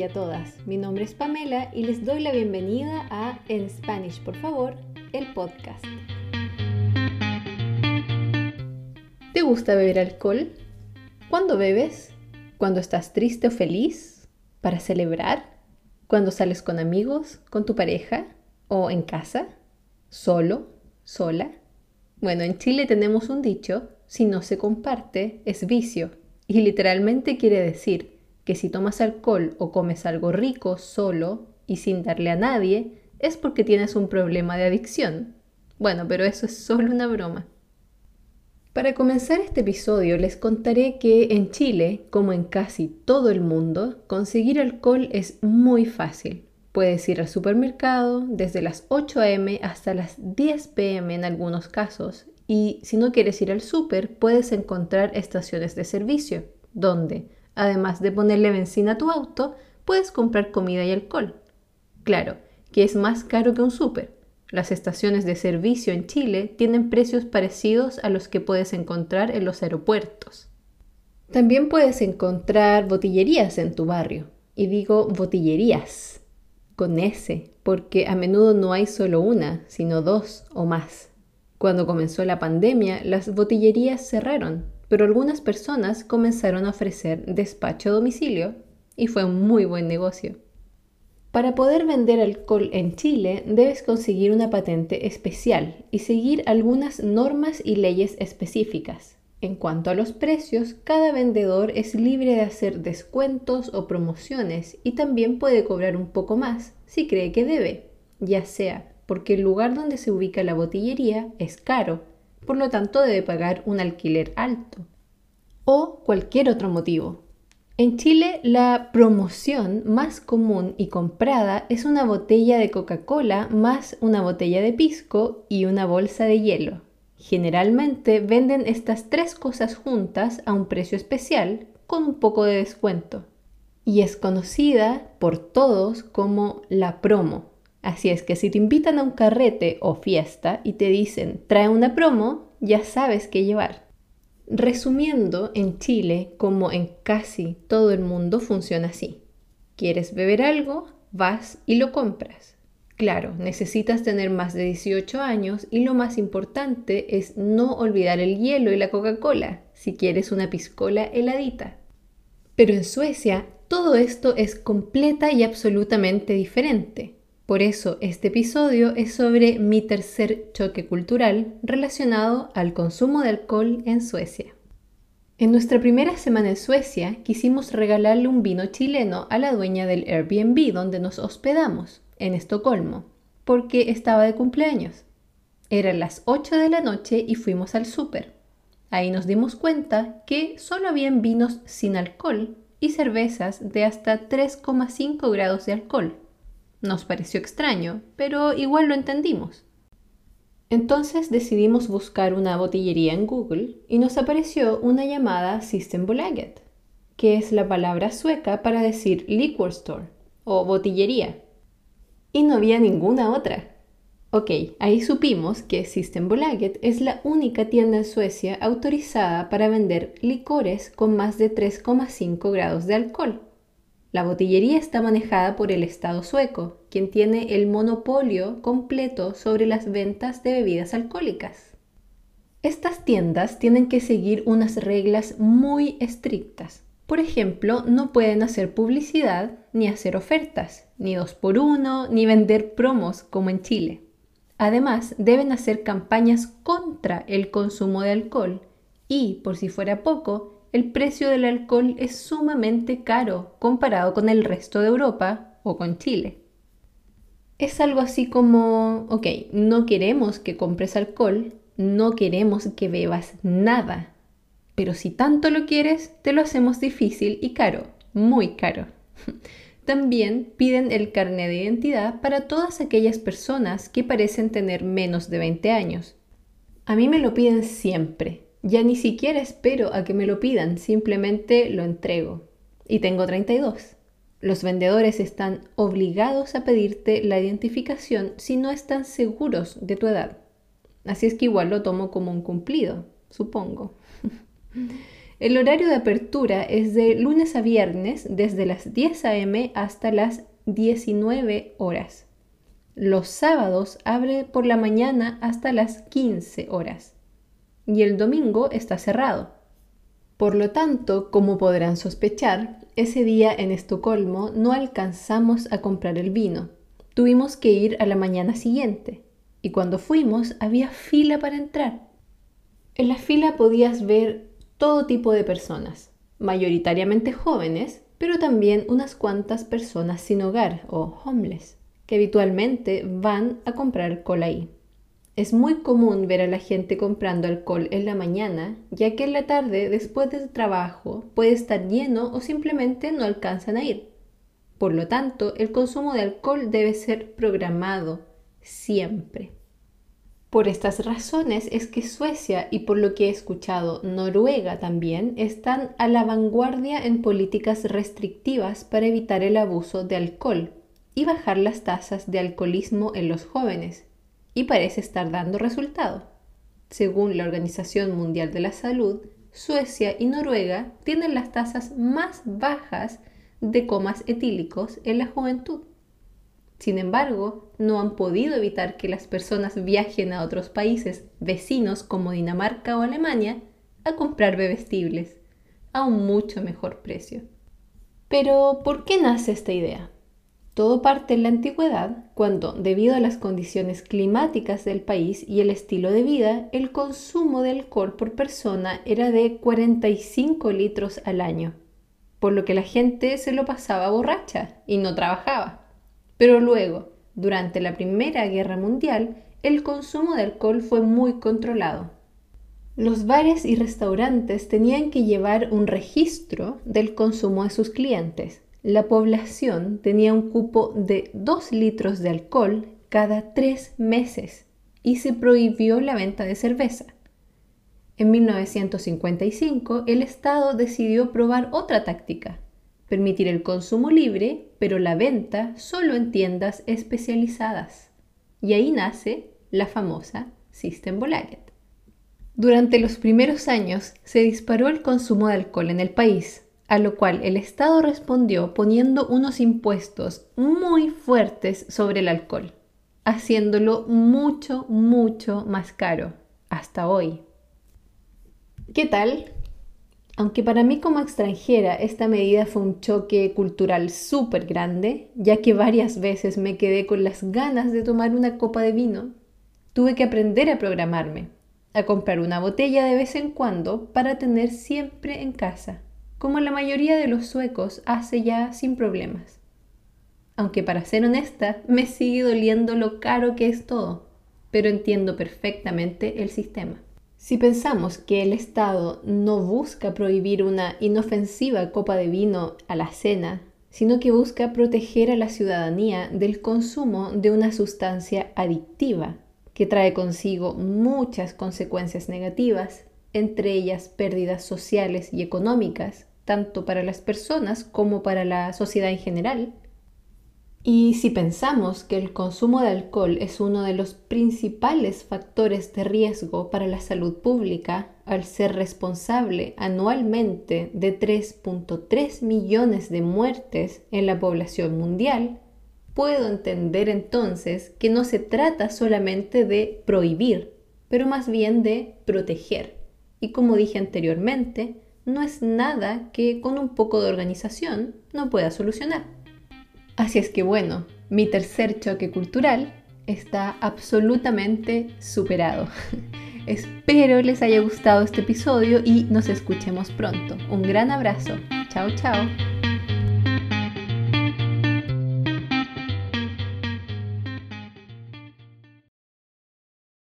a todas. Mi nombre es Pamela y les doy la bienvenida a En Spanish, por favor, el podcast. ¿Te gusta beber alcohol? ¿Cuándo bebes? ¿Cuando estás triste o feliz? ¿Para celebrar? ¿Cuando sales con amigos? ¿Con tu pareja? ¿O en casa? ¿Solo? ¿Sola? Bueno, en Chile tenemos un dicho: si no se comparte, es vicio. Y literalmente quiere decir que si tomas alcohol o comes algo rico solo y sin darle a nadie, es porque tienes un problema de adicción. Bueno, pero eso es solo una broma. Para comenzar este episodio les contaré que en Chile, como en casi todo el mundo, conseguir alcohol es muy fácil. Puedes ir al supermercado desde las 8 a.m. hasta las 10 p.m. en algunos casos, y si no quieres ir al súper, puedes encontrar estaciones de servicio, donde, además de ponerle benzina a tu auto, puedes comprar comida y alcohol. Claro, que es más caro que un súper. Las estaciones de servicio en Chile tienen precios parecidos a los que puedes encontrar en los aeropuertos. También puedes encontrar botillerías en tu barrio. Y digo botillerías, con S, porque a menudo no hay solo una, sino dos o más. Cuando comenzó la pandemia, las botillerías cerraron, pero algunas personas comenzaron a ofrecer despacho a domicilio y fue un muy buen negocio. Para poder vender alcohol en Chile, debes conseguir una patente especial y seguir algunas normas y leyes específicas. En cuanto a los precios, cada vendedor es libre de hacer descuentos o promociones y también puede cobrar un poco más si cree que debe, ya sea porque el lugar donde se ubica la botillería es caro, por lo tanto debe pagar un alquiler alto, o cualquier otro motivo. En Chile, la promoción más común y comprada es una botella de Coca-Cola más una botella de pisco y una bolsa de hielo. Generalmente venden estas tres cosas juntas a un precio especial con un poco de descuento. Y es conocida por todos como la promo. Así es que si te invitan a un carrete o fiesta y te dicen trae una promo, ya sabes qué llevar. Resumiendo, en Chile, como en casi todo el mundo, funciona así. ¿Quieres beber algo? Vas y lo compras. Claro, necesitas tener más de 18 años y lo más importante es no olvidar el hielo y la Coca-Cola si quieres una piscola heladita. Pero en Suecia, todo esto es completa y absolutamente diferente. Por eso este episodio es sobre mi tercer choque cultural relacionado al consumo de alcohol en Suecia. En nuestra primera semana en Suecia quisimos regalarle un vino chileno a la dueña del Airbnb donde nos hospedamos, en Estocolmo, porque estaba de cumpleaños. Eran las 8 de la noche y fuimos al súper. Ahí nos dimos cuenta que solo habían vinos sin alcohol y cervezas de hasta 3,5 grados de alcohol. Nos pareció extraño, pero igual lo entendimos. Entonces decidimos buscar una botillería en Google y nos apareció una llamada Systembolaget, que es la palabra sueca para decir liquor store o botillería. Y no había ninguna otra. Ok, ahí supimos que Systembolaget es la única tienda en Suecia autorizada para vender licores con más de 3,5 grados de alcohol. La botillería está manejada por el Estado sueco, quien tiene el monopolio completo sobre las ventas de bebidas alcohólicas. Estas tiendas tienen que seguir unas reglas muy estrictas. Por ejemplo, no pueden hacer publicidad, ni hacer ofertas, ni 2x1, ni vender promos como en Chile. Además, deben hacer campañas contra el consumo de alcohol y, por si fuera poco, el precio del alcohol es sumamente caro comparado con el resto de Europa o con Chile. Es algo así como, ok, no queremos que compres alcohol, no queremos que bebas nada, pero si tanto lo quieres, te lo hacemos difícil y caro, muy caro. También piden el carnet de identidad para todas aquellas personas que parecen tener menos de 20 años. A mí me lo piden siempre. Ya ni siquiera espero a que me lo pidan, simplemente lo entrego. Y tengo 32. Los vendedores están obligados a pedirte la identificación si no están seguros de tu edad. Así es que igual lo tomo como un cumplido, supongo. El horario de apertura es de lunes a viernes desde las 10 a.m. hasta las 19 horas. Los sábados abre por la mañana hasta las 15 horas y el domingo está cerrado. Por lo tanto, como podrán sospechar, ese día en Estocolmo no alcanzamos a comprar el vino. Tuvimos que ir a la mañana siguiente y cuando fuimos había fila para entrar. En la fila podías ver todo tipo de personas, mayoritariamente jóvenes, pero también unas cuantas personas sin hogar o homeless, que habitualmente van a comprar alcohol ahí. Es muy común ver a la gente comprando alcohol en la mañana, ya que en la tarde, después del trabajo, puede estar lleno o simplemente no alcanzan a ir. Por lo tanto, el consumo de alcohol debe ser programado siempre. Por estas razones es que Suecia y por lo que he escuchado Noruega también están a la vanguardia en políticas restrictivas para evitar el abuso de alcohol y bajar las tasas de alcoholismo en los jóvenes, y parece estar dando resultado. Según la Organización Mundial de la Salud, Suecia y Noruega tienen las tasas más bajas de comas etílicos en la juventud. Sin embargo, no han podido evitar que las personas viajen a otros países vecinos como Dinamarca o Alemania a comprar bebestibles a un mucho mejor precio. Pero, ¿por qué nace esta idea? Todo parte en la antigüedad, cuando, debido a las condiciones climáticas del país y el estilo de vida, el consumo de alcohol por persona era de 45 litros al año, por lo que la gente se lo pasaba borracha y no trabajaba. Pero luego, durante la Primera Guerra Mundial, el consumo de alcohol fue muy controlado. Los bares y restaurantes tenían que llevar un registro del consumo de sus clientes. La población tenía un cupo de 2 litros de alcohol cada 3 meses y se prohibió la venta de cerveza. En 1955, el Estado decidió probar otra táctica: permitir el consumo libre, pero la venta solo en tiendas especializadas. Y ahí nace la famosa Systembolaget. Durante los primeros años se disparó el consumo de alcohol en el país, a lo cual el Estado respondió poniendo unos impuestos muy fuertes sobre el alcohol, haciéndolo mucho, mucho más caro, hasta hoy. ¿Qué tal? Aunque para mí como extranjera esta medida fue un choque cultural súper grande, ya que varias veces me quedé con las ganas de tomar una copa de vino, tuve que aprender a programarme, a comprar una botella de vez en cuando para tener siempre en casa, como la mayoría de los suecos hace ya sin problemas. Aunque para ser honesta, me sigue doliendo lo caro que es todo, pero entiendo perfectamente el sistema. Si pensamos que el Estado no busca prohibir una inofensiva copa de vino a la cena, sino que busca proteger a la ciudadanía del consumo de una sustancia adictiva que trae consigo muchas consecuencias negativas, entre ellas pérdidas sociales y económicas, tanto para las personas como para la sociedad en general. Y si pensamos que el consumo de alcohol es uno de los principales factores de riesgo para la salud pública, al ser responsable anualmente de 3.3 millones de muertes en la población mundial, puedo entender entonces que no se trata solamente de prohibir, pero más bien de proteger. Y como dije anteriormente, no es nada que con un poco de organización no pueda solucionar. Así es que bueno, mi tercer choque cultural está absolutamente superado. Espero les haya gustado este episodio y nos escuchemos pronto. Un gran abrazo. Chao, chao.